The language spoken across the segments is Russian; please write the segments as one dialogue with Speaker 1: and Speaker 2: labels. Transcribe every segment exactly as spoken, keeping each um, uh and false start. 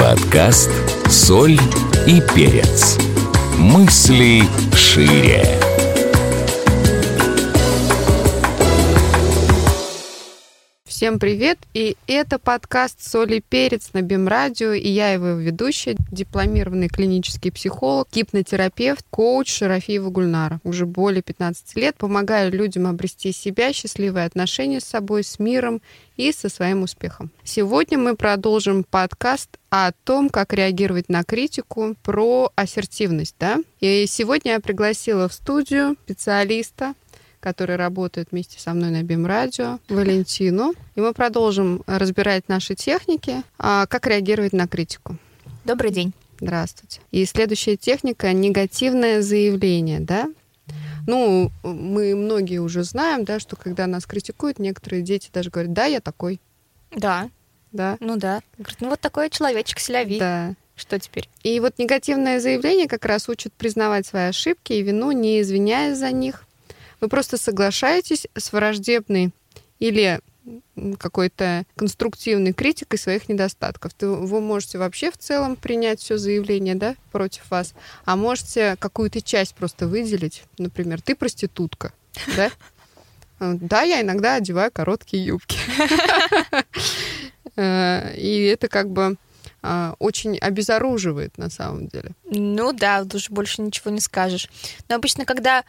Speaker 1: Подкаст «Соль и перец». Мысли шире.
Speaker 2: Всем привет! И это подкаст «Соль и перец» на БИМ-радио, и я его ведущая, дипломированный клинический психолог, гипнотерапевт, коуч Шарафиева Гульнара. Уже более пятнадцати лет помогаю людям обрести себя, счастливые отношения с собой, с миром и со своим успехом. Сегодня мы продолжим подкаст о том, как реагировать на критику, про ассертивность, да? И сегодня я пригласила в студию специалиста, который работает вместе со мной на БИМ-радио, Валентину. И мы продолжим разбирать наши техники, как реагировать на критику.
Speaker 3: Добрый день.
Speaker 2: Здравствуйте. И следующая техника — негативное заявление, да? Ну, мы многие уже знаем, да, что когда нас критикуют, некоторые дети даже говорят: да, я такой.
Speaker 3: Да.
Speaker 2: Да.
Speaker 3: Ну да. Говорит, ну вот такой человечек селяви.
Speaker 2: Да.
Speaker 3: Что теперь?
Speaker 2: И вот негативное заявление как раз учит признавать свои ошибки и вину, не извиняясь за них. Вы просто соглашаетесь с враждебной или какой-то конструктивной критикой своих недостатков. Вы можете вообще в целом принять все заявление, да, против вас, а можете какую-то часть просто выделить. Например, ты проститутка, да? Да, я иногда одеваю короткие юбки. И это как бы очень обезоруживает на самом деле.
Speaker 3: Ну да, уже больше ничего не скажешь. Но обычно, когда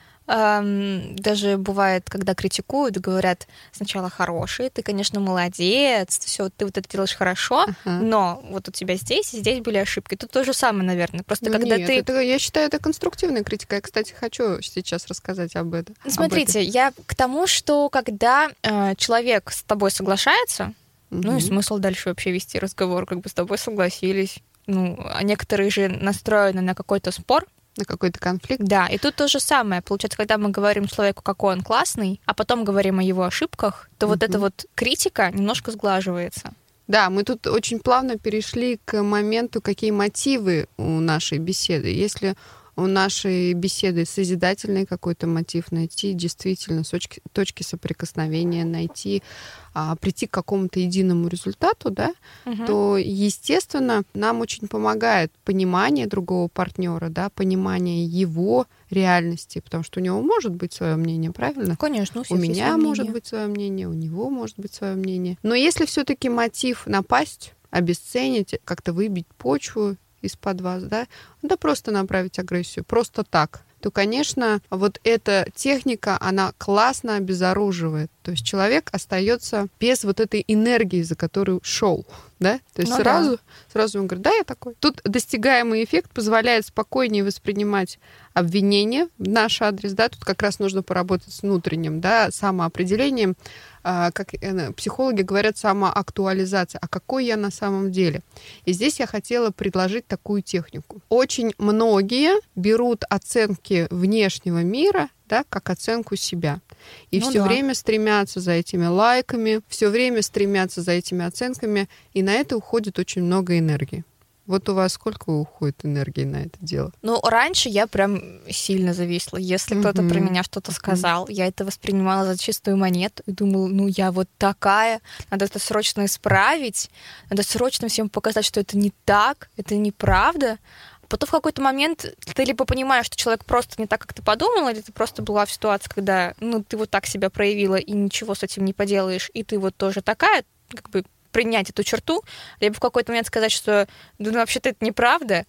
Speaker 3: эм, даже бывает, когда критикуют, говорят сначала хороший, ты, конечно, молодец, все, ты вот это делаешь хорошо, uh-huh. но вот у тебя здесь и здесь были ошибки. Тут то же самое, наверное. Просто
Speaker 2: ну,
Speaker 3: когда
Speaker 2: нет,
Speaker 3: ты...
Speaker 2: это, я считаю, это конструктивная критика. Я, кстати, хочу сейчас рассказать об этом.
Speaker 3: Смотрите,
Speaker 2: об этом.
Speaker 3: я к тому, что когда э, человек с тобой соглашается, ну и смысл дальше вообще вести разговор, как бы с тобой согласились. Ну, а некоторые же настроены на какой-то спор.
Speaker 2: На какой-то конфликт.
Speaker 3: Да, и тут то же самое. Получается, когда мы говорим человеку, какой он классный, а потом говорим о его ошибках, то mm-hmm. вот эта вот критика немножко сглаживается.
Speaker 2: Да, мы тут очень плавно перешли к моменту, какие мотивы у нашей беседы. Если у нашей беседы созидательный какой-то мотив, найти действительно точки, точки соприкосновения, найти, а, прийти к какому-то единому результату, да, угу. то, естественно, нам очень помогает понимание другого партнера, да, понимание его реальности, потому что у него может быть свое мнение, правильно?
Speaker 3: Конечно, у всех
Speaker 2: У меня
Speaker 3: есть
Speaker 2: может
Speaker 3: мнение.
Speaker 2: быть свое мнение, у него может быть свое мнение. Но если все-таки мотив напасть, обесценить, как-то выбить почву из-под вас, да, да просто направить агрессию, просто так, то, конечно, вот эта техника, она классно обезоруживает. То есть человек остается без вот этой энергии, за которую шел, да? То есть ну сразу, да. сразу он говорит: да, я такой. Тут достигаемый эффект позволяет спокойнее воспринимать обвинения в наш адрес, да, тут как раз нужно поработать с внутренним, да, самоопределением, как психологи говорят, самоактуализация, а какой я на самом деле. И здесь я хотела предложить такую технику. Очень многие берут оценки внешнего мира, да, как оценку себя. И ну все да. время стремятся за этими лайками, все время стремятся за этими оценками, и на это уходит очень много энергии. Вот у вас сколько уходит энергии на это дело?
Speaker 3: Ну, раньше я прям сильно зависла. Если mm-hmm. кто-то про меня что-то сказал, mm-hmm. я это воспринимала за чистую монету и думала: ну, я вот такая, надо это срочно исправить, надо срочно всем показать, что это не так, это неправда. Потом в какой-то момент ты либо понимаешь, что человек просто не так, как ты подумала, или ты просто была в ситуации, когда ну, ты вот так себя проявила и ничего с этим не поделаешь, и ты вот тоже такая, как бы принять эту черту, либо в какой-то момент сказать, что ну, вообще-то это неправда.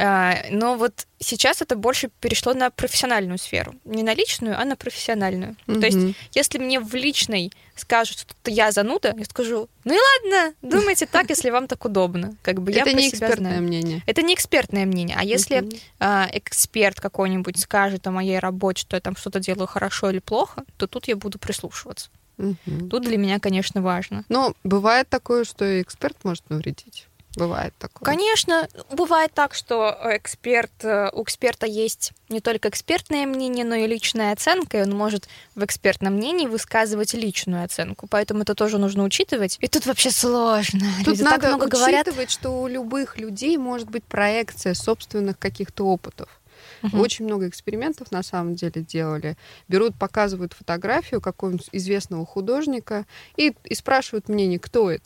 Speaker 3: Но вот сейчас это больше перешло на профессиональную сферу. Не на личную, а на профессиональную. Mm-hmm. То есть если мне в личной скажут, что я зануда, я скажу: ну и ладно, думайте так, если вам так удобно. Как бы
Speaker 2: это
Speaker 3: я
Speaker 2: не
Speaker 3: про себя
Speaker 2: экспертное
Speaker 3: знаю.
Speaker 2: мнение.
Speaker 3: Это не экспертное мнение. А если mm-hmm. а, эксперт какой-нибудь скажет о моей работе, что я там что-то делаю хорошо или плохо, то тут я буду прислушиваться. Угу. Тут для меня, конечно, важно.
Speaker 2: Но бывает такое, что и эксперт может навредить. Бывает такое.
Speaker 3: Конечно, бывает так, что эксперт, у эксперта есть не только экспертное мнение, но и личная оценка, и он может в экспертном мнении высказывать личную оценку. Поэтому это тоже нужно учитывать. И тут вообще сложно.
Speaker 2: Тут
Speaker 3: Люди
Speaker 2: надо
Speaker 3: так много
Speaker 2: учитывать,
Speaker 3: говорят.
Speaker 2: что у любых людей может быть проекция собственных каких-то опытов. Угу. Очень много экспериментов на самом деле делали. Берут, показывают фотографию какого-нибудь известного художника и, и спрашивают мнение, кто это.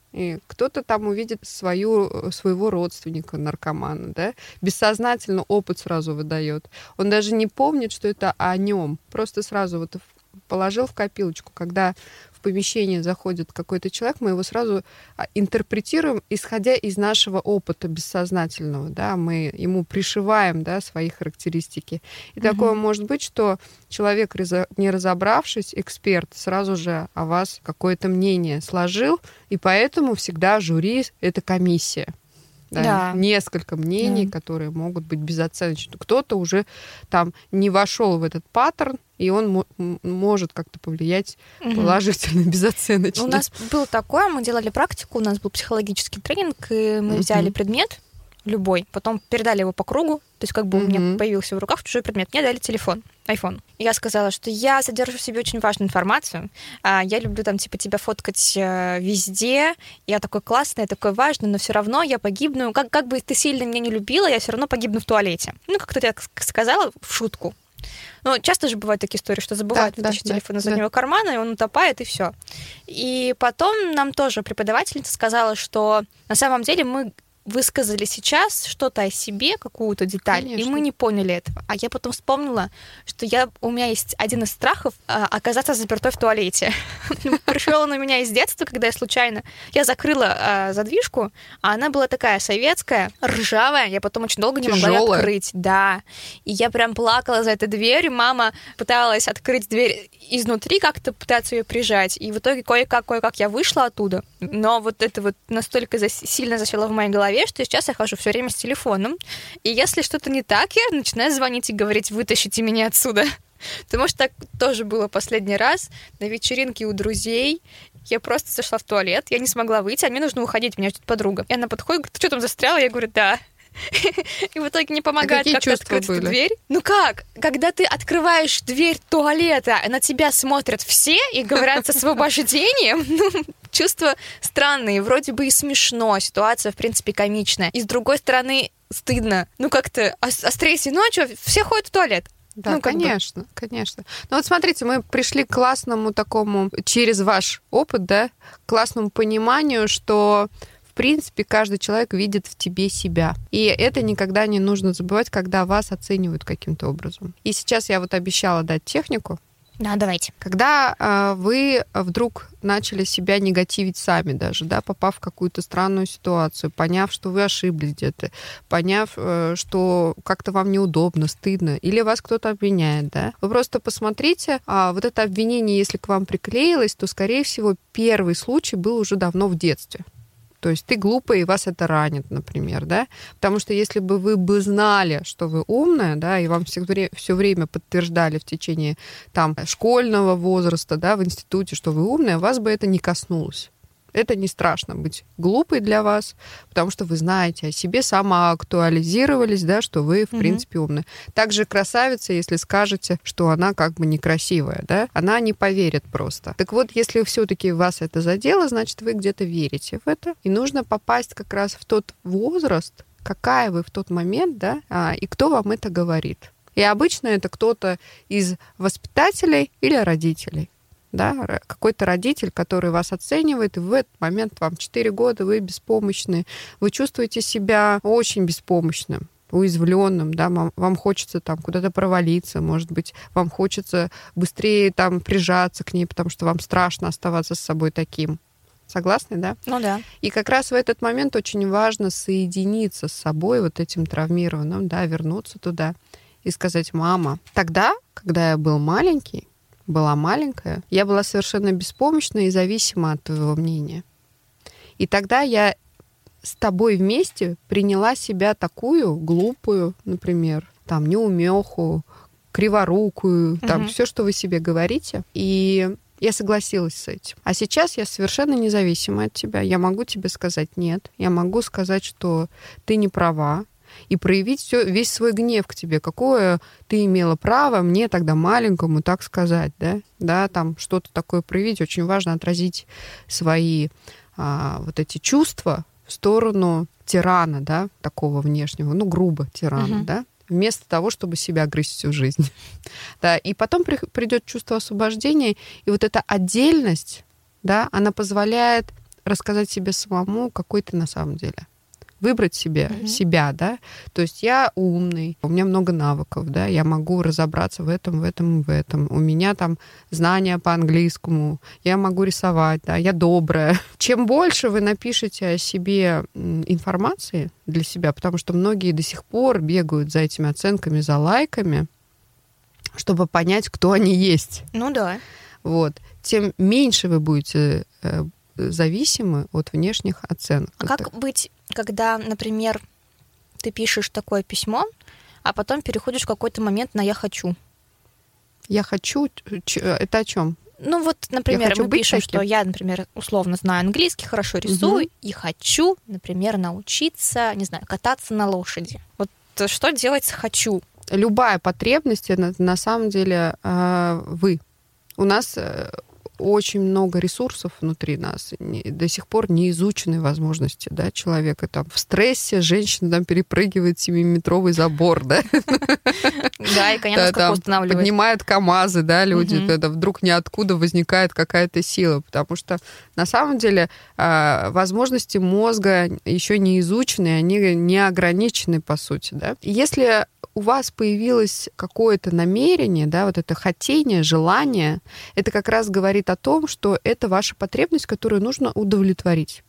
Speaker 2: И кто-то там увидит свою, своего родственника, наркомана, да, бессознательно опыт сразу выдает. Он даже не помнит, что это о нем. Просто сразу вот положил в копилочку. Когда в помещение заходит какой-то человек, мы его сразу интерпретируем, исходя из нашего опыта бессознательного, да, мы ему пришиваем, да, свои характеристики. И mm-hmm. такое может быть, что человек, не разобравшись, эксперт, сразу же о вас какое-то мнение сложил, и поэтому всегда жюри — это комиссия. Да, да. Несколько мнений, да. которые могут быть безоценочны. Кто-то уже там не вошел в этот паттерн, и он м- может как-то повлиять угу. положительно, безоценочно.
Speaker 3: У нас было такое, мы делали практику, у нас был психологический тренинг, и мы угу. взяли предмет любой, потом передали его по кругу, то есть как бы угу. у меня появился в руках чужой предмет, мне дали телефон, iPhone. Я сказала, что я содержу в себе очень важную информацию, я люблю там типа тебя фоткать везде, я такой классный, я такой важный, но все равно я погибну, как, как бы ты сильно меня не любила, я все равно погибну в туалете. Ну, как-то я сказала в шутку. Ну, часто же бывают такие истории, что забывают да, вытащить да, телефон да, из заднего да. кармана, и он утопает, и все. И потом нам тоже преподавательница сказала, что на самом деле мы высказали сейчас что-то о себе, какую-то деталь, Конечно. И мы не поняли этого. А я потом вспомнила, что я, у меня есть один из страхов а, оказаться запертой в туалете. Пришел он у меня из детства, когда я случайно... Я закрыла а, задвижку, а она была такая советская, ржавая, я потом очень долго не могла ее открыть. Да. И я прям плакала за этой дверью, мама пыталась открыть дверь изнутри, как-то пытаться ее прижать, и в итоге кое-как, кое-как я вышла оттуда. Но вот это вот настолько зас... сильно засело в моей голове, что сейчас я хожу все время с телефоном, и если что-то не так, я начинаю звонить и говорить: вытащите меня отсюда. Потому что так тоже было последний раз на вечеринке у друзей. Я просто зашла в туалет, я не смогла выйти, а мне нужно уходить, меня ждет подруга. И она подходит, говорит: ты что там застряла? Я говорю: да. И в итоге не помогает а как-то открыть эту дверь. Ну как? Когда ты открываешь дверь туалета, на тебя смотрят все и говорят с освобождением, ну, чувства странные, вроде бы и смешно, ситуация, в принципе, комичная. И с другой стороны, стыдно. Ну как-то, а, а с третьей ночью все ходят в туалет.
Speaker 2: Да,
Speaker 3: ну,
Speaker 2: конечно, бы. конечно. Ну вот смотрите, мы пришли к классному такому, через ваш опыт, да, к классному пониманию, что в принципе каждый человек видит в тебе себя. И это никогда не нужно забывать, когда вас оценивают каким-то образом. И сейчас я вот обещала дать технику.
Speaker 3: Да, давайте.
Speaker 2: Когда э, вы вдруг начали себя негативить сами даже, да, попав в какую-то странную ситуацию, поняв, что вы ошиблись где-то, поняв, э, что как-то вам неудобно, стыдно, или вас кто-то обвиняет, да, вы просто посмотрите, а вот это обвинение, если к вам приклеилось, то, скорее всего, первый случай был уже давно в детстве. То есть ты глупая, и вас это ранит, например, да? Потому что если бы вы бы знали, что вы умная, да, и вам все время, все время подтверждали в течение там школьного возраста, да, в институте, что вы умная, вас бы это не коснулось. Это не страшно быть глупой для вас, потому что вы знаете о себе, самоактуализировались, да, что вы, в mm-hmm. принципе, умны. Также красавица, если скажете, что она как бы некрасивая, да, она не поверит просто. Так вот, если все-таки вас это задело, значит, вы где-то верите в это, и нужно попасть как раз в тот возраст, какая вы в тот момент, да, и кто вам это говорит. И обычно это кто-то из воспитателей или родителей. Да, какой-то родитель, который вас оценивает, и в этот момент вам четыре года, вы беспомощны, вы чувствуете себя очень беспомощным, уязвленным, да, вам хочется там куда-то провалиться, может быть, вам хочется быстрее там прижаться к ней, потому что вам страшно оставаться с собой таким. Согласны, да?
Speaker 3: Ну да.
Speaker 2: И как раз в этот момент очень важно соединиться с собой, вот этим травмированным, да, вернуться туда и сказать: мама, тогда, когда я был маленький, была маленькая, я была совершенно беспомощна и зависима от твоего мнения. И тогда я с тобой вместе приняла себя такую глупую, например, там, неумеху, криворукую, угу. там, все, что вы себе говорите. И я согласилась с этим. А сейчас я совершенно независима от тебя. Я могу тебе сказать нет. Я могу сказать, что ты не права, и проявить всё, весь свой гнев к тебе. Какое ты имела право мне тогда маленькому так сказать, да? Да, там что-то такое проявить. Очень важно отразить свои а, вот эти чувства в сторону тирана, да, такого внешнего, ну, грубо тирана, угу. да, вместо того, чтобы себя грызть всю жизнь. Да, и потом придет чувство освобождения, и вот эта отдельность, да, она позволяет рассказать себе самому, какой ты на самом деле. Выбрать себе
Speaker 3: Мгм.
Speaker 2: себя, да. То есть я умный, у меня много навыков, да, я могу разобраться в этом, в этом, в этом. У меня там знания по английскому, я могу рисовать, да, я добрая. Чем больше вы напишете о себе м, информации для себя, потому что многие до сих пор бегают за этими оценками, за лайками, чтобы понять, кто они есть.
Speaker 3: Ну да.
Speaker 2: Вот. Тем меньше вы будете э, зависимы от внешних оценок.
Speaker 3: А
Speaker 2: Это-
Speaker 3: как быть, когда, например, ты пишешь такое письмо, а потом переходишь в какой-то момент на «я хочу»?
Speaker 2: Я хочу... ч- Это о чем?
Speaker 3: Ну вот, например,
Speaker 2: хочу
Speaker 3: мы
Speaker 2: быть
Speaker 3: пишем,
Speaker 2: таким.
Speaker 3: что я, например, условно знаю английский, хорошо рисую, и хочу, например, научиться, не знаю, кататься на лошади. Вот э, что делать с «хочу»?
Speaker 2: Любая потребность, это на самом деле э, вы. У нас э, очень много ресурсов внутри нас, не- до сих пор не изученные возможности, да, человека там в стрессе, женщина там перепрыгивает семиметровый забор, да,
Speaker 3: Да, и коня на
Speaker 2: Да,
Speaker 3: скаку
Speaker 2: там
Speaker 3: устанавливает.
Speaker 2: поднимают КАМАЗы, да, люди,
Speaker 3: Мгм.
Speaker 2: это вдруг ниоткуда возникает какая-то сила, потому что на самом деле а, возможности мозга еще не изучены, они не ограничены, по сути, да. Если у вас появилось какое-то намерение, да, вот это хотение, желание, это как раз говорит о том, что это ваша потребность, которую нужно удовлетворить.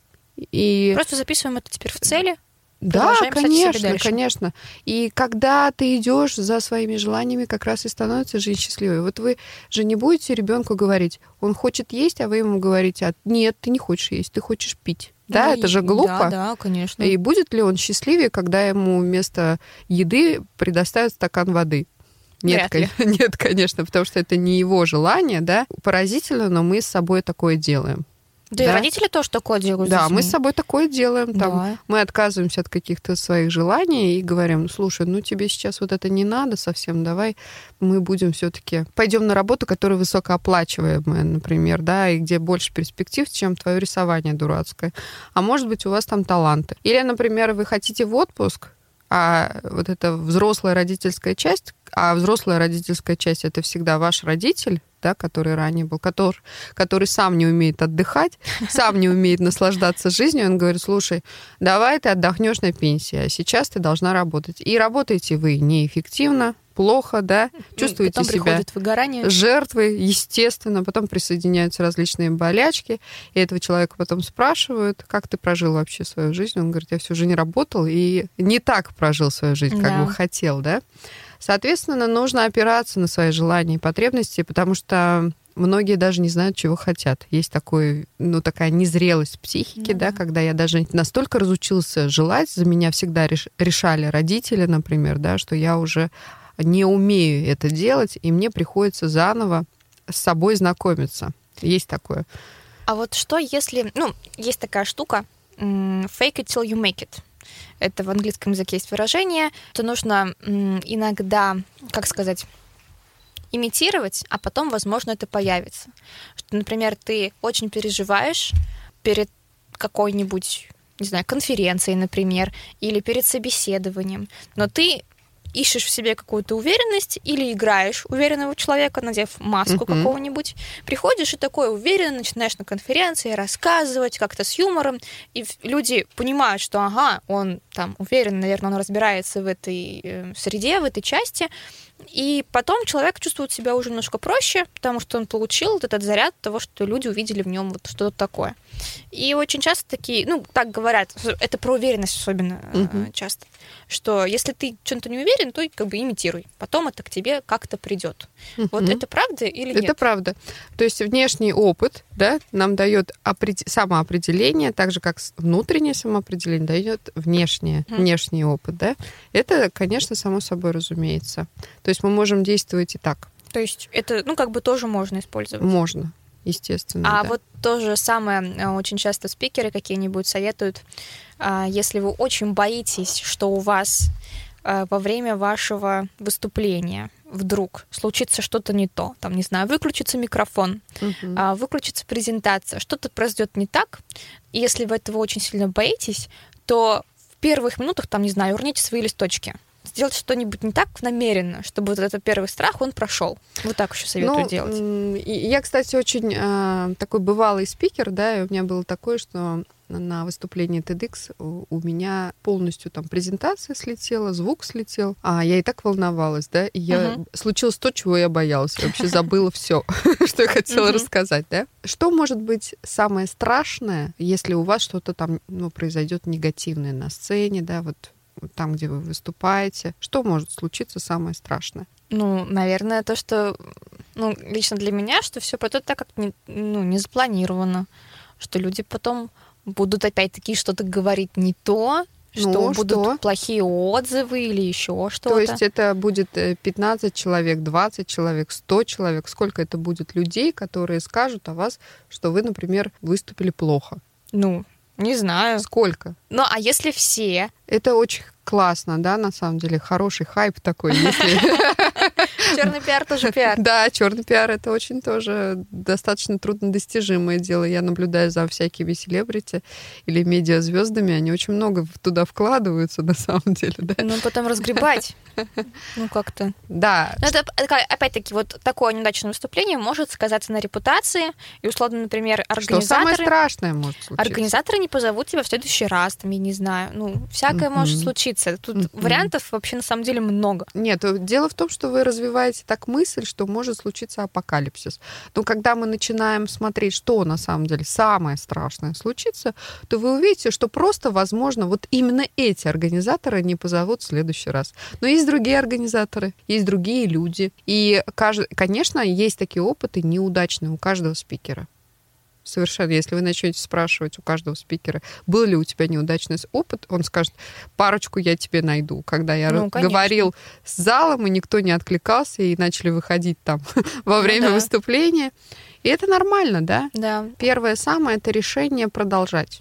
Speaker 2: И
Speaker 3: Просто записываем это теперь в цели.
Speaker 2: да,
Speaker 3: Продолжаем писать себе
Speaker 2: конечно,
Speaker 3: дальше.
Speaker 2: конечно. И когда ты идешь за своими желаниями, как раз и становится жизнь счастливой. Вот вы же не будете ребенку говорить, он хочет есть, а вы ему говорите, а нет, ты не хочешь есть, ты хочешь пить. Да,
Speaker 3: Ну,
Speaker 2: это
Speaker 3: и-
Speaker 2: же глупо.
Speaker 3: Да, да, конечно.
Speaker 2: И будет ли он счастливее, когда ему вместо еды предоставят стакан воды? Нет,
Speaker 3: Вряд ли.
Speaker 2: кон- нет, конечно, потому что это не его желание, да. Поразительно, но мы с собой такое делаем.
Speaker 3: Да, и
Speaker 2: да.
Speaker 3: родители тоже такое делают.
Speaker 2: Да,
Speaker 3: с
Speaker 2: мы с
Speaker 3: детьми.
Speaker 2: собой такое делаем. Там,
Speaker 3: Да.
Speaker 2: Мы отказываемся от каких-то своих желаний и говорим, слушай, ну тебе сейчас вот это не надо совсем, давай мы будем все-таки пойдем на работу, которая высокооплачиваемая, например, да, и где больше перспектив, чем твое рисование дурацкое. А может быть, у вас там таланты. Или, например, вы хотите в отпуск, а вот эта взрослая родительская часть, а взрослая родительская часть — это всегда ваш родитель, да, который ранее был, который, который сам не умеет отдыхать, сам не умеет наслаждаться жизнью, он говорит, слушай, давай ты отдохнешь на пенсии, а сейчас ты должна работать. И работаете вы неэффективно, плохо, да, чувствуете
Speaker 3: Потом
Speaker 2: себя
Speaker 3: приходит выгорание.
Speaker 2: жертвы, естественно, потом присоединяются различные болячки, и этого человека потом спрашивают, как ты прожил вообще свою жизнь, он говорит, я всю жизнь работал и не так прожил свою жизнь, как
Speaker 3: Да.
Speaker 2: бы хотел, да. Соответственно, нужно опираться на свои желания и потребности, потому что многие даже не знают, чего хотят. Есть такой, ну, такая незрелость психики,
Speaker 3: Ну
Speaker 2: да,
Speaker 3: да.
Speaker 2: когда я даже настолько разучился желать, за меня всегда реш- решали родители, например, да, что я уже не умею это делать, и мне приходится заново с собой знакомиться. Есть такое.
Speaker 3: А вот что если... Ну, есть такая штука, м, fake it till you make it. Это в английском языке есть выражение, что нужно м, иногда, как сказать, имитировать, а потом, возможно, это появится. Что, например, ты очень переживаешь перед какой-нибудь, не знаю, конференцией, например, или перед собеседованием, но ты ищешь в себе какую-то уверенность или играешь уверенного человека, надев маску
Speaker 2: Мгм.
Speaker 3: какого-нибудь, приходишь и такой уверенно начинаешь на конференции рассказывать как-то с юмором, и в- люди понимают, что ага, он там уверен, наверное, он разбирается в этой э, среде, в этой части, и потом человек чувствует себя уже немножко проще, потому что он получил вот этот заряд того, что люди увидели в нем вот что-то такое. И очень часто такие, ну, так говорят, это про уверенность особенно э,
Speaker 2: Мгм.
Speaker 3: часто, что если ты чем-то не уверен, то как бы имитируй, потом это к тебе как-то придет. Вот
Speaker 2: Мгм.
Speaker 3: это правда или
Speaker 2: Это
Speaker 3: нет?
Speaker 2: правда. То есть внешний опыт, да, нам дает опред- самоопределение, так же как с- внутреннее самоопределение дает внешнее,
Speaker 3: Мгм.
Speaker 2: внешний опыт, да. Это, конечно, само собой разумеется. То есть мы можем действовать и так.
Speaker 3: То есть это, ну, как бы тоже можно использовать.
Speaker 2: Можно, естественно.
Speaker 3: А
Speaker 2: да.
Speaker 3: вот то же самое э, очень часто спикеры какие-нибудь советуют, а, если вы очень боитесь, что у вас э, во время вашего выступления вдруг случится что-то не то, там, не знаю, выключится микрофон,
Speaker 2: Мгм.
Speaker 3: а, выключится презентация, что-то произойдет не так, и если вы этого очень сильно боитесь, то в первых минутах, там, не знаю, урните свои листочки, сделать что-нибудь не так намеренно, чтобы вот этот первый страх, он прошел. Вот так еще советую
Speaker 2: ну,
Speaker 3: делать.
Speaker 2: Я, кстати, очень э, такой бывалый спикер, да, и у меня было такое, что на выступлении TEDx у меня полностью там презентация слетела, звук слетел, а я и так волновалась, да, и я... Uh-huh. случилось то, чего я боялась, я вообще забыла все, что я хотела uh-huh. рассказать, да. Что может быть самое страшное, если у вас что-то там, ну, произойдет негативное на сцене, да, вот там, где вы выступаете, что может случиться самое страшное?
Speaker 3: Ну, наверное, то, что, ну, лично для меня, что все пройдет так, как не, ну, не запланировано, что люди потом будут опять-таки что-то говорить не то, что ну, будут что? Плохие отзывы или еще что-то.
Speaker 2: То есть это будет пятнадцать человек, двадцать человек, сто человек. Сколько это будет людей, которые скажут о вас, что вы, например, выступили плохо?
Speaker 3: Ну, не знаю.
Speaker 2: Сколько?
Speaker 3: Ну, а если все?
Speaker 2: Это очень классно, да, на самом деле. Хороший хайп такой, если...
Speaker 3: Черный пиар тоже пиар.
Speaker 2: Да, черный пиар — это очень тоже достаточно труднодостижимое дело. Я наблюдаю за всякими селебрити или медиазвездами, они очень много туда вкладываются, на самом деле, да.
Speaker 3: Ну, потом разгребать. Ну, как-то.
Speaker 2: Да.
Speaker 3: Но это, опять-таки, вот такое неудачное выступление может сказаться на репутации, и, условно, например, организаторы...
Speaker 2: Что самое страшное может случиться?
Speaker 3: Организаторы не позовут тебя в следующий раз, там, я не знаю. Ну, всякое mm-hmm. может случиться. Тут mm-hmm. вариантов вообще на самом деле много.
Speaker 2: Нет, дело в том, что вы развиваете так мысль, что может случиться апокалипсис. Но когда мы начинаем смотреть, что на самом деле самое страшное случится, то вы увидите, что просто, возможно, вот именно эти организаторы не позовут в следующий раз. Но есть другие организаторы, есть другие люди. И, конечно, есть такие опыты неудачные у каждого спикера. Совершенно. Если вы начнете спрашивать у каждого спикера, был ли у тебя неудачный опыт, он скажет, парочку я тебе найду. Когда я ну, говорил с залом, и никто не откликался, и начали выходить там во время ну, да. выступления. И это нормально, да?
Speaker 3: Да.
Speaker 2: Первое самое — это решение продолжать.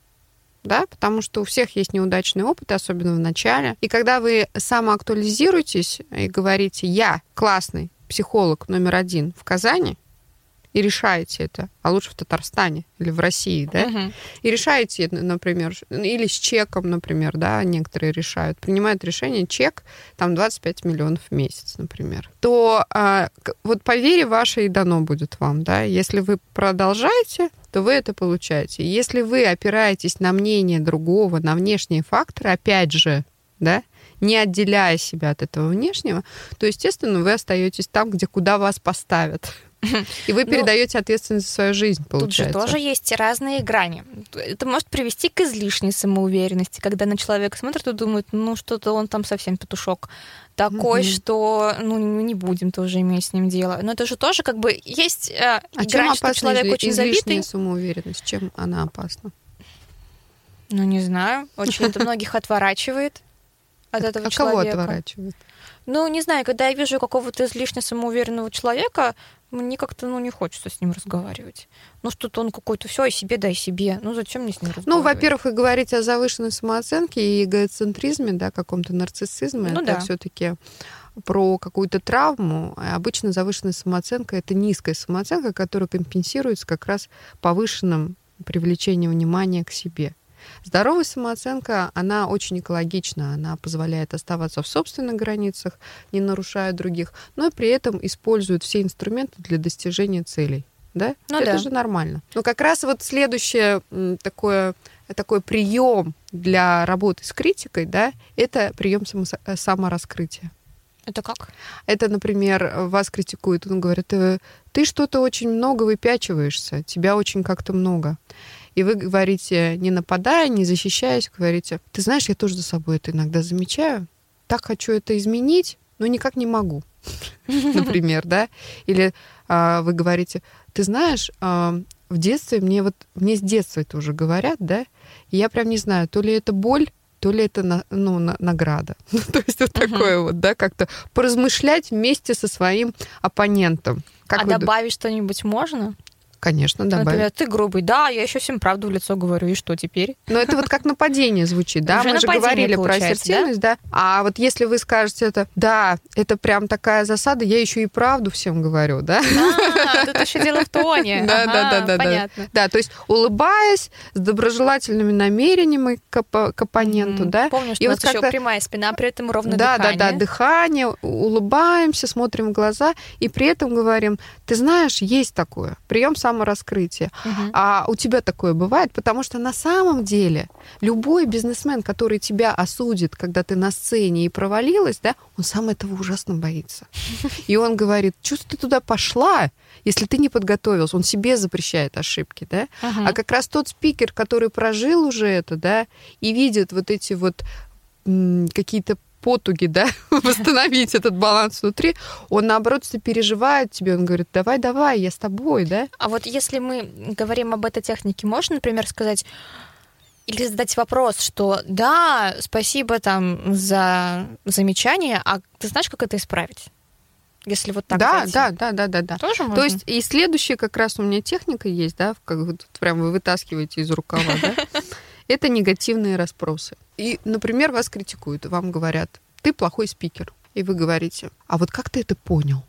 Speaker 2: Да, потому что у всех есть неудачный опыт, особенно в начале. И когда вы самоактуализируетесь и говорите, я классный психолог номер один в Казани, и решаете это, а лучше в Татарстане или в России, да, uh-huh. и решаете, например, или с чеком, например, да, некоторые решают, принимают решение, чек, там, двадцать пять миллионов в месяц, например, то а, вот по вере вашей дано будет вам, да, если вы продолжаете, то вы это получаете. Если вы опираетесь на мнение другого, на внешние факторы, опять же, да, не отделяя себя от этого внешнего, то, естественно, вы остаетесь там, где куда вас поставят. И вы передаете ну, ответственность за свою жизнь, получается.
Speaker 3: Тут же тоже есть разные грани. Это может привести к излишней самоуверенности, когда на человека смотрят и думают, ну, что-то он там совсем петушок такой, mm-hmm. что, ну, не будем тоже иметь с ним дело. Но это же тоже как бы есть э,
Speaker 2: а
Speaker 3: грань, что человек
Speaker 2: изли-
Speaker 3: очень забитый.
Speaker 2: Излишняя самоуверенность, чем она опасна?
Speaker 3: Ну, не знаю. Очень это многих отворачивает от этого
Speaker 2: а
Speaker 3: человека.
Speaker 2: А кого отворачивает?
Speaker 3: Ну, не знаю, когда я вижу какого-то излишне самоуверенного человека, мне как-то, ну, не хочется с ним разговаривать. Ну, что-то он какой-то все о себе, да и себе. Ну, зачем мне с ним разговаривать?
Speaker 2: Ну, во-первых, вы говорите о завышенной самооценке и эгоцентризме, да, каком-то нарциссизме. Ну, это да. все-таки про какую-то травму. Обычно завышенная самооценка — это низкая самооценка, которая компенсируется как раз повышенным привлечением внимания к себе. Здоровая самооценка, она очень экологична, она позволяет оставаться в собственных границах, не нарушая других, но и при этом использует все инструменты для достижения целей. Да?
Speaker 3: Ну,
Speaker 2: это
Speaker 3: да.
Speaker 2: же нормально. Но как раз вот следующее такое, такой прием для работы с критикой, да, это прием само, самораскрытия.
Speaker 3: Это как?
Speaker 2: Это, например, вас критикуют, он говорит, ты что-то очень много выпячиваешься, тебя очень как-то много. И вы говорите, не нападая, не защищаясь, говорите, ты знаешь, я тоже за собой это иногда замечаю, так хочу это изменить, но никак не могу, например, да? Или а, вы говорите, ты знаешь, а, в детстве мне вот, мне с детства это уже говорят, да? И я прям не знаю, то ли это боль, то ли это на, ну, на, награда. То есть вот uh-huh. такое вот, да, как-то поразмышлять вместе со своим оппонентом. Как
Speaker 3: а добавить д... что-нибудь можно?
Speaker 2: Конечно, добавить.
Speaker 3: Например, ты грубый, да, я еще всем правду в лицо говорю, и что теперь?
Speaker 2: Но это вот как нападение звучит, да?
Speaker 3: Уже
Speaker 2: Мы же говорили про ассертивность, да? да? А вот если вы скажете это, да, это прям такая засада, я еще и правду всем говорю, да?
Speaker 3: А, тут еще дело в тоне.
Speaker 2: Да, да, да, да.
Speaker 3: Понятно.
Speaker 2: Да, то есть улыбаясь, с доброжелательными намерениями к оппоненту, да?
Speaker 3: Помню, что у нас еще прямая спина, при этом ровное
Speaker 2: дыхание.
Speaker 3: Да,
Speaker 2: да, да, дыхание, улыбаемся, смотрим в глаза, и при этом говорим, ты знаешь, есть такое, прием самораскрытия. Угу. А у тебя такое бывает? Потому что на самом деле любой бизнесмен, который тебя осудит, когда ты на сцене и провалилась, да, он сам этого ужасно боится. И он говорит, что ты туда пошла, если ты не подготовился? Он себе запрещает ошибки, да? Угу. А как раз тот спикер, который прожил уже это, да, и видит вот эти вот м- какие-то потуги, да, восстановить этот баланс внутри, он, наоборот, переживает тебе, он говорит, давай, давай, я с тобой, да.
Speaker 3: А вот если мы говорим об этой технике, можно, например, сказать или задать вопрос, что да, спасибо там за замечание, а ты знаешь, как это исправить? Если вот так
Speaker 2: да,
Speaker 3: зайти.
Speaker 2: да, да, да, да, да.
Speaker 3: Тоже можно?
Speaker 2: То есть и следующая как раз у меня техника есть, да, как вот прям вы вытаскиваете из рукава, да. Это негативные расспросы. И, например, вас критикуют, вам говорят, ты плохой спикер. И вы говорите, а вот как ты это понял?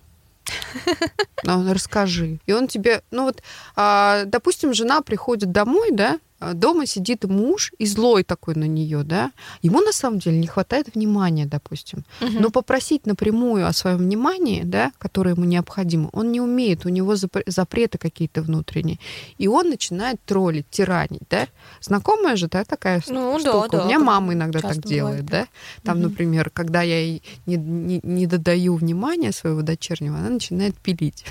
Speaker 2: Ну, расскажи. И он тебе, ну вот, допустим, жена приходит домой, да, дома сидит муж и злой такой на нее, да, ему на самом деле не хватает внимания, допустим. Угу. Но попросить напрямую о своем внимании, да, которое ему необходимо, он не умеет, у него запреты какие-то внутренние. И он начинает троллить, тиранить, да. Знакомая же, да, такая ну, штука. Да, да, у меня мама иногда так бывает. Делает, да. Там, угу. например, когда я ей не, не, не додаю внимания своего дочернего, она начинает пилить.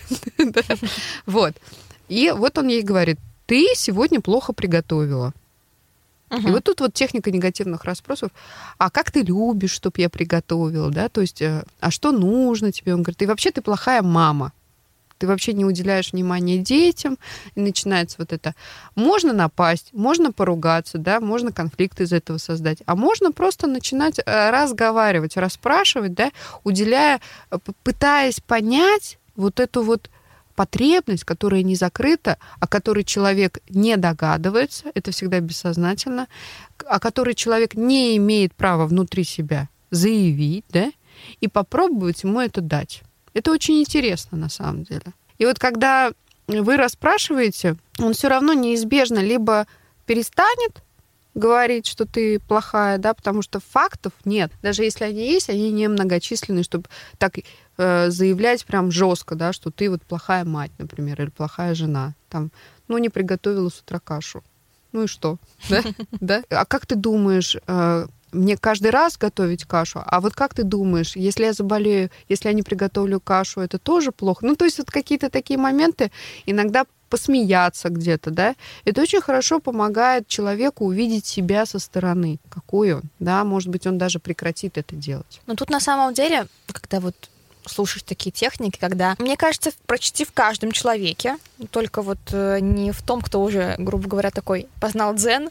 Speaker 2: Вот. И вот он ей говорит, ты сегодня плохо приготовила. Uh-huh. И вот тут вот техника негативных расспросов. А как ты любишь, чтобы я приготовила, да? То есть, а что нужно тебе? Он говорит, и вообще ты плохая мама. Ты вообще не уделяешь внимания детям. И начинается вот это. Можно напасть, можно поругаться, да? Можно конфликт из этого создать. А можно просто начинать разговаривать, расспрашивать, да? Уделяя, пытаясь понять вот эту вот потребность, которая не закрыта, о которой человек не догадывается, это всегда бессознательно, о которой человек не имеет права внутри себя заявить, да, и попробовать ему это дать. Это очень интересно на самом деле. И вот когда вы расспрашиваете, он все равно неизбежно либо перестанет говорить, что ты плохая, да, потому что фактов нет. Даже если они есть, они не многочисленные, чтобы так э, заявлять прям жестко, да, что ты вот плохая мать, например, или плохая жена. Там, ну, не приготовила с утра кашу. Ну и что? Да? А как ты думаешь, мне каждый раз готовить кашу? А вот как ты думаешь, если я заболею, если я не приготовлю кашу, это тоже плохо? Ну, то есть вот какие-то такие моменты иногда посмеяться где-то, да, это очень хорошо помогает человеку увидеть себя со стороны, какой он, да, может быть, он даже прекратит это делать.
Speaker 3: Но тут на самом деле, когда вот слушаешь такие техники, когда, мне кажется, почти в каждом человеке, только вот не в том, кто уже, грубо говоря, такой познал дзен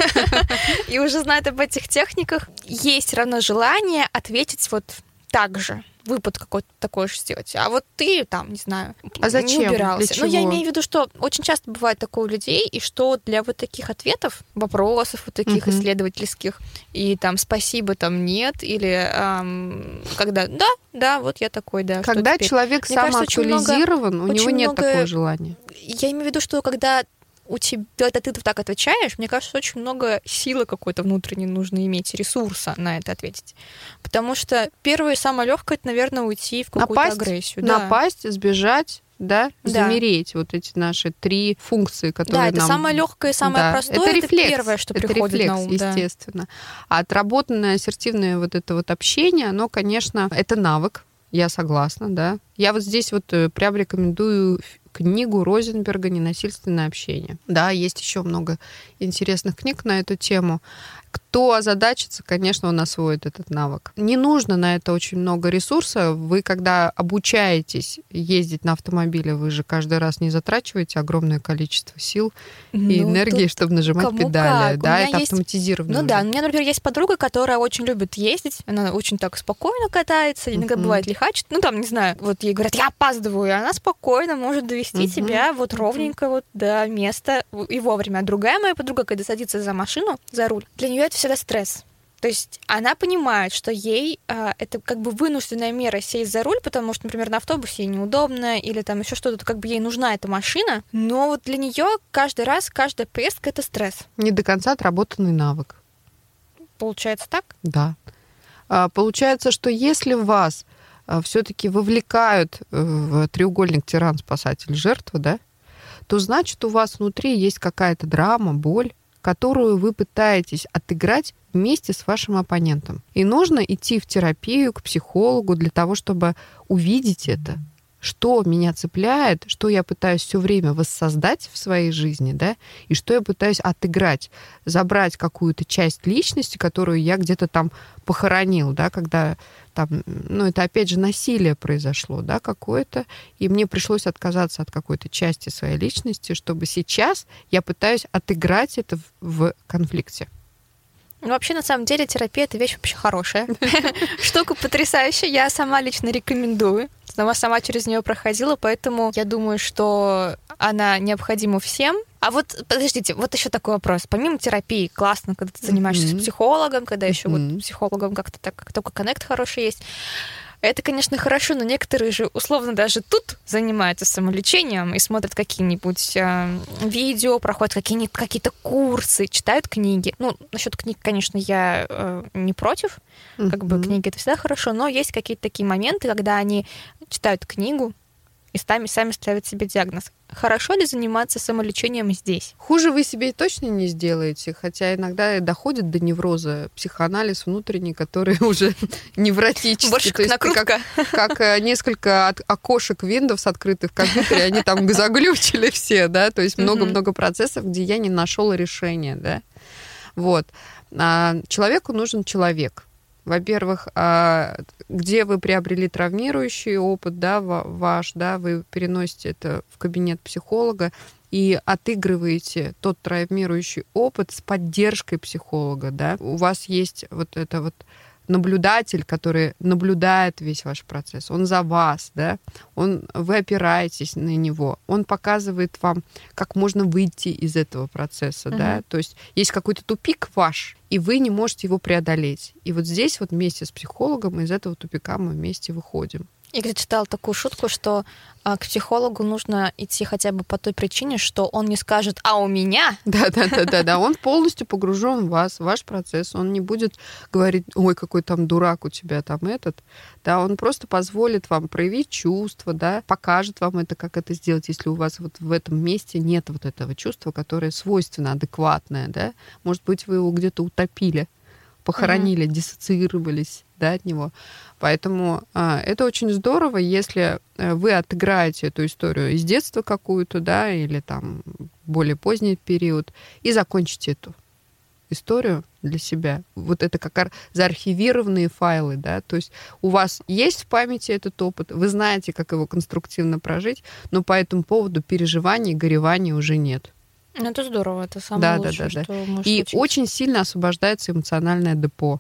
Speaker 3: и уже знает об этих техниках, есть равно желание ответить вот так же. Выпад какой-то такой же сделать. А вот ты там, не знаю,
Speaker 2: а зачем?
Speaker 3: Не убирался. Ну, я имею в виду, что очень часто бывает такое у людей, и что для вот таких ответов, вопросов вот таких uh-huh. исследовательских, и там спасибо, там нет, или эм, когда да, да, вот я такой, да.
Speaker 2: Когда человек самоактуализирован, у него нет много... такого желания.
Speaker 3: Я имею в виду, что когда у тебя, когда ты так отвечаешь, мне кажется, очень много силы какой-то внутренней нужно иметь, ресурса на это ответить. Потому что первое и самое легкое, это, наверное, уйти в какую-то напасть, агрессию.
Speaker 2: Напасть, да. Сбежать, да,
Speaker 3: да,
Speaker 2: замереть. Вот эти наши три функции, которые
Speaker 3: да, это
Speaker 2: нам...
Speaker 3: самое легкое и самое
Speaker 2: да.
Speaker 3: простое,
Speaker 2: это,
Speaker 3: это
Speaker 2: рефлекс,
Speaker 3: первое, что
Speaker 2: это
Speaker 3: приходит
Speaker 2: рефлекс,
Speaker 3: на ум.
Speaker 2: Естественно. Да. А отработанное ассертивное вот это вот общение, оно, конечно, это навык, я согласна, да. Я вот здесь вот прям рекомендую книгу Розенберга «Ненасильственное общение». Да, есть еще много интересных книг на эту тему. Кто озадачится, конечно, он освоит этот навык. Не нужно на это очень много ресурса. Вы, когда обучаетесь ездить на автомобиле, вы же каждый раз не затрачиваете огромное количество сил ну, и энергии, чтобы нажимать педали. Да, это есть... автоматизированно.
Speaker 3: Ну
Speaker 2: уже.
Speaker 3: Да, у меня, например, есть подруга, которая очень любит ездить. Она очень так спокойно катается, иногда uh-huh. бывает лихачит. Ну, там, не знаю, вот ей говорят, я опаздываю, и она спокойно может довести довести
Speaker 2: Мгм.
Speaker 3: тебя вот ровненько вот до места и вовремя. А другая моя подруга, когда садится за машину, за руль, для нее это всегда стресс. То есть она понимает, что ей а, это как бы вынужденная мера сесть за руль, потому что, например, на автобусе ей неудобно, или там еще что-то, как бы ей нужна эта машина. Но вот для нее каждый раз, каждая поездка — это стресс.
Speaker 2: Не до конца отработанный навык.
Speaker 3: Получается так?
Speaker 2: Да. А, Получается, что если вас все-таки вовлекают э, в треугольник тиран, спасатель, жертва, да, то значит у вас внутри есть какая-то драма, боль, которую вы пытаетесь отыграть вместе с вашим оппонентом. И нужно идти в терапию, к психологу для того, чтобы увидеть это, что меня цепляет, что я пытаюсь все время воссоздать в своей жизни, да, и что я пытаюсь отыграть, забрать какую-то часть личности, которую я где-то там похоронил, да, когда там, ну, это опять же насилие произошло, да, какое-то, и мне пришлось отказаться от какой-то части своей личности, чтобы сейчас я пытаюсь отыграть это в, в конфликте.
Speaker 3: Ну, вообще, на самом деле, терапия — это вещь вообще хорошая. Штука потрясающая. Я сама лично рекомендую. Сама сама через нее проходила, поэтому я думаю, что она необходима всем. А вот, подождите, вот еще такой вопрос. Помимо терапии, классно, когда ты занимаешься
Speaker 2: Mm-hmm.
Speaker 3: с психологом, когда еще
Speaker 2: Mm-hmm.
Speaker 3: вот психологом как-то так, как только коннект хороший есть. Это, конечно, хорошо, но некоторые же условно даже тут занимаются самолечением и смотрят какие-нибудь э, видео, проходят какие-нибудь какие-то курсы, читают книги. Ну, насчет книг, конечно, я э, не против. Mm-hmm. Как бы книги — это всегда хорошо, но есть какие-то такие моменты, когда они читают книгу и сами, сами ставят себе диагноз. Хорошо ли заниматься самолечением здесь?
Speaker 2: Хуже вы себе и точно не сделаете, хотя иногда доходит до невроза психоанализ внутренний, который уже невротический.
Speaker 3: Больше как накрутка.
Speaker 2: Как, как несколько от, окошек Windows открытых в компьютере, они там заглючили все, да, то есть много-много процессов, где я не нашел решения, да. Вот. А человеку нужен человек. Во-первых, где вы приобрели травмирующий опыт, да, ваш, да, вы переносите это в кабинет психолога и отыгрываете тот травмирующий опыт с поддержкой психолога, да. У вас есть вот это вот наблюдатель, который наблюдает весь ваш процесс, он за вас, да, он, вы опираетесь на него, он показывает вам, как можно выйти из этого процесса, uh-huh. да, то есть есть какой-то тупик ваш, и вы не можете его преодолеть. И вот здесь вот вместе с психологом из этого тупика мы вместе выходим.
Speaker 3: Я где-то читала такую шутку, что а, к психологу нужно идти хотя бы по той причине, что он не скажет «а у меня».
Speaker 2: Да-да-да, он полностью погружен в вас, в ваш процесс. Он не будет говорить «ой, какой там дурак у тебя там этот». Да, он просто позволит вам проявить чувства, да, покажет вам это, как это сделать, если у вас вот в этом месте нет вот этого чувства, которое свойственно, адекватное, да. Может быть, вы его где-то утопили, похоронили, mm-hmm. диссоциировались, да, от него. Поэтому а, это очень здорово, если вы отыграете эту историю из детства какую-то, да, или там более поздний период, и закончите эту историю для себя. Вот это как заархивированные файлы, да, то есть у вас есть в памяти этот опыт, вы знаете, как его конструктивно прожить, но по этому поводу переживаний, гореваний уже нет.
Speaker 3: Ну, это здорово, это самое
Speaker 2: да,
Speaker 3: лучшее,
Speaker 2: да, да,
Speaker 3: что
Speaker 2: да.
Speaker 3: может
Speaker 2: И
Speaker 3: случиться.
Speaker 2: очень сильно освобождается эмоциональное депо.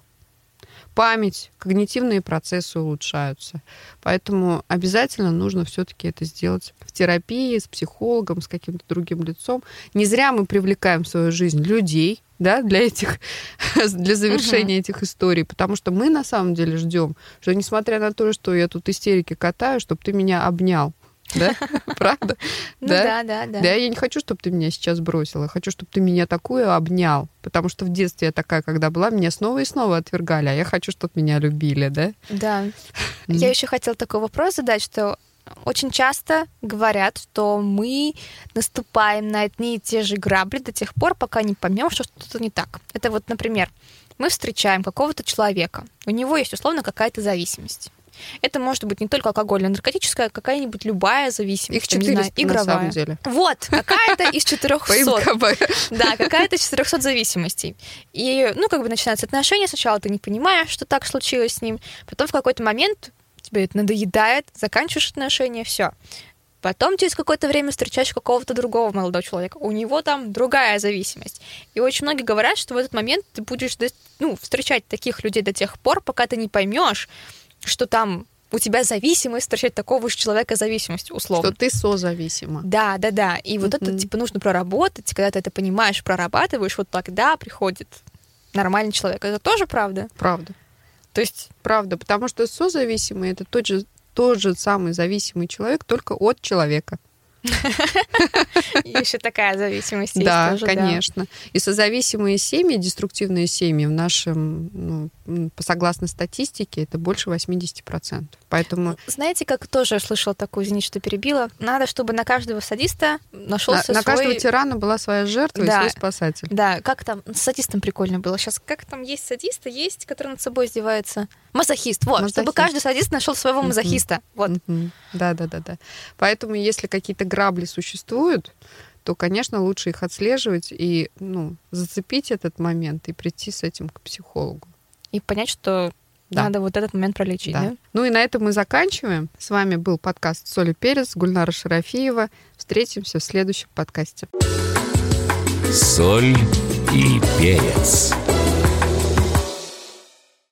Speaker 2: Память, когнитивные процессы улучшаются. Поэтому обязательно нужно все-таки это сделать в терапии, с психологом, с каким-то другим лицом. Не зря мы привлекаем в свою жизнь людей, да, для этих, для завершения uh-huh. этих историй, потому что мы на самом деле ждем, что несмотря на то, что я тут истерики катаю, чтобы ты меня обнял. Да? Правда?
Speaker 3: Ну да, да, да.
Speaker 2: Да, я не хочу, чтобы ты меня сейчас бросила. Я хочу, чтобы ты меня такую обнял. Потому что в детстве я такая, когда была, меня снова и снова отвергали, а я хочу, чтобы меня любили, да?
Speaker 3: Да. Я еще хотела такой вопрос задать, что очень часто говорят, что мы наступаем на одни и те же грабли до тех пор, пока не поймем, что что-то не так. Это вот, например, мы встречаем какого-то человека, у него есть условно какая-то зависимость. Это может быть не только алкогольная, наркотическая, а какая-нибудь любая зависимость.
Speaker 2: Их четыреста,
Speaker 3: игровая.
Speaker 2: на самом деле.
Speaker 3: Вот, какая-то из четырехсот. Да, какая-то из четырехсот зависимостей. И, ну, как бы начинаются отношения. Сначала ты не понимаешь, что так случилось с ним. Потом в какой-то момент тебе это надоедает, заканчиваешь отношения, все. Потом через какое-то время встречаешь какого-то другого молодого человека. У него там другая зависимость. И очень многие говорят, что в этот момент ты будешь, ну, встречать таких людей до тех пор, пока ты не поймешь, что там у тебя зависимость встречать такого же человека с зависимостью, условно.
Speaker 2: Что ты созависима.
Speaker 3: Да, да, да. И вот это, типа, нужно проработать. Когда ты это понимаешь, прорабатываешь, вот тогда приходит нормальный человек. Это тоже правда?
Speaker 2: Правда.
Speaker 3: То есть...
Speaker 2: Правда, потому что созависимый — это тот же, тот же самый зависимый человек, только от человека.
Speaker 3: Еще такая зависимость есть.
Speaker 2: Да,
Speaker 3: тоже,
Speaker 2: конечно.
Speaker 3: Да.
Speaker 2: И созависимые семьи, деструктивные семьи в нашем, ну, согласно статистике, это больше восемьдесят процентов. Поэтому...
Speaker 3: Знаете, как тоже я слышала такую, извините, что перебила, надо, чтобы на каждого садиста нашелся
Speaker 2: на,
Speaker 3: свой...
Speaker 2: На каждого тирана была своя жертва, да, и свой спасатель.
Speaker 3: Да, как там с садистом прикольно было. Сейчас как там есть садисты, есть, который над собой издевается. Мазохист, вот, Мазохист. Чтобы каждый садист нашел своего мазохиста. Uh-huh. Вот.
Speaker 2: Uh-huh. Да, да, да, да. Поэтому, если какие-то грабли существуют, то, конечно, лучше их отслеживать и, ну, зацепить этот момент и прийти с этим к психологу.
Speaker 3: И понять, что да. надо вот этот момент пролечить, да. да?
Speaker 2: Ну и на этом мы заканчиваем. С вами был подкаст «Соль и перец», Гульнара Шарафиева. Встретимся в следующем подкасте.
Speaker 1: «Соль и перец».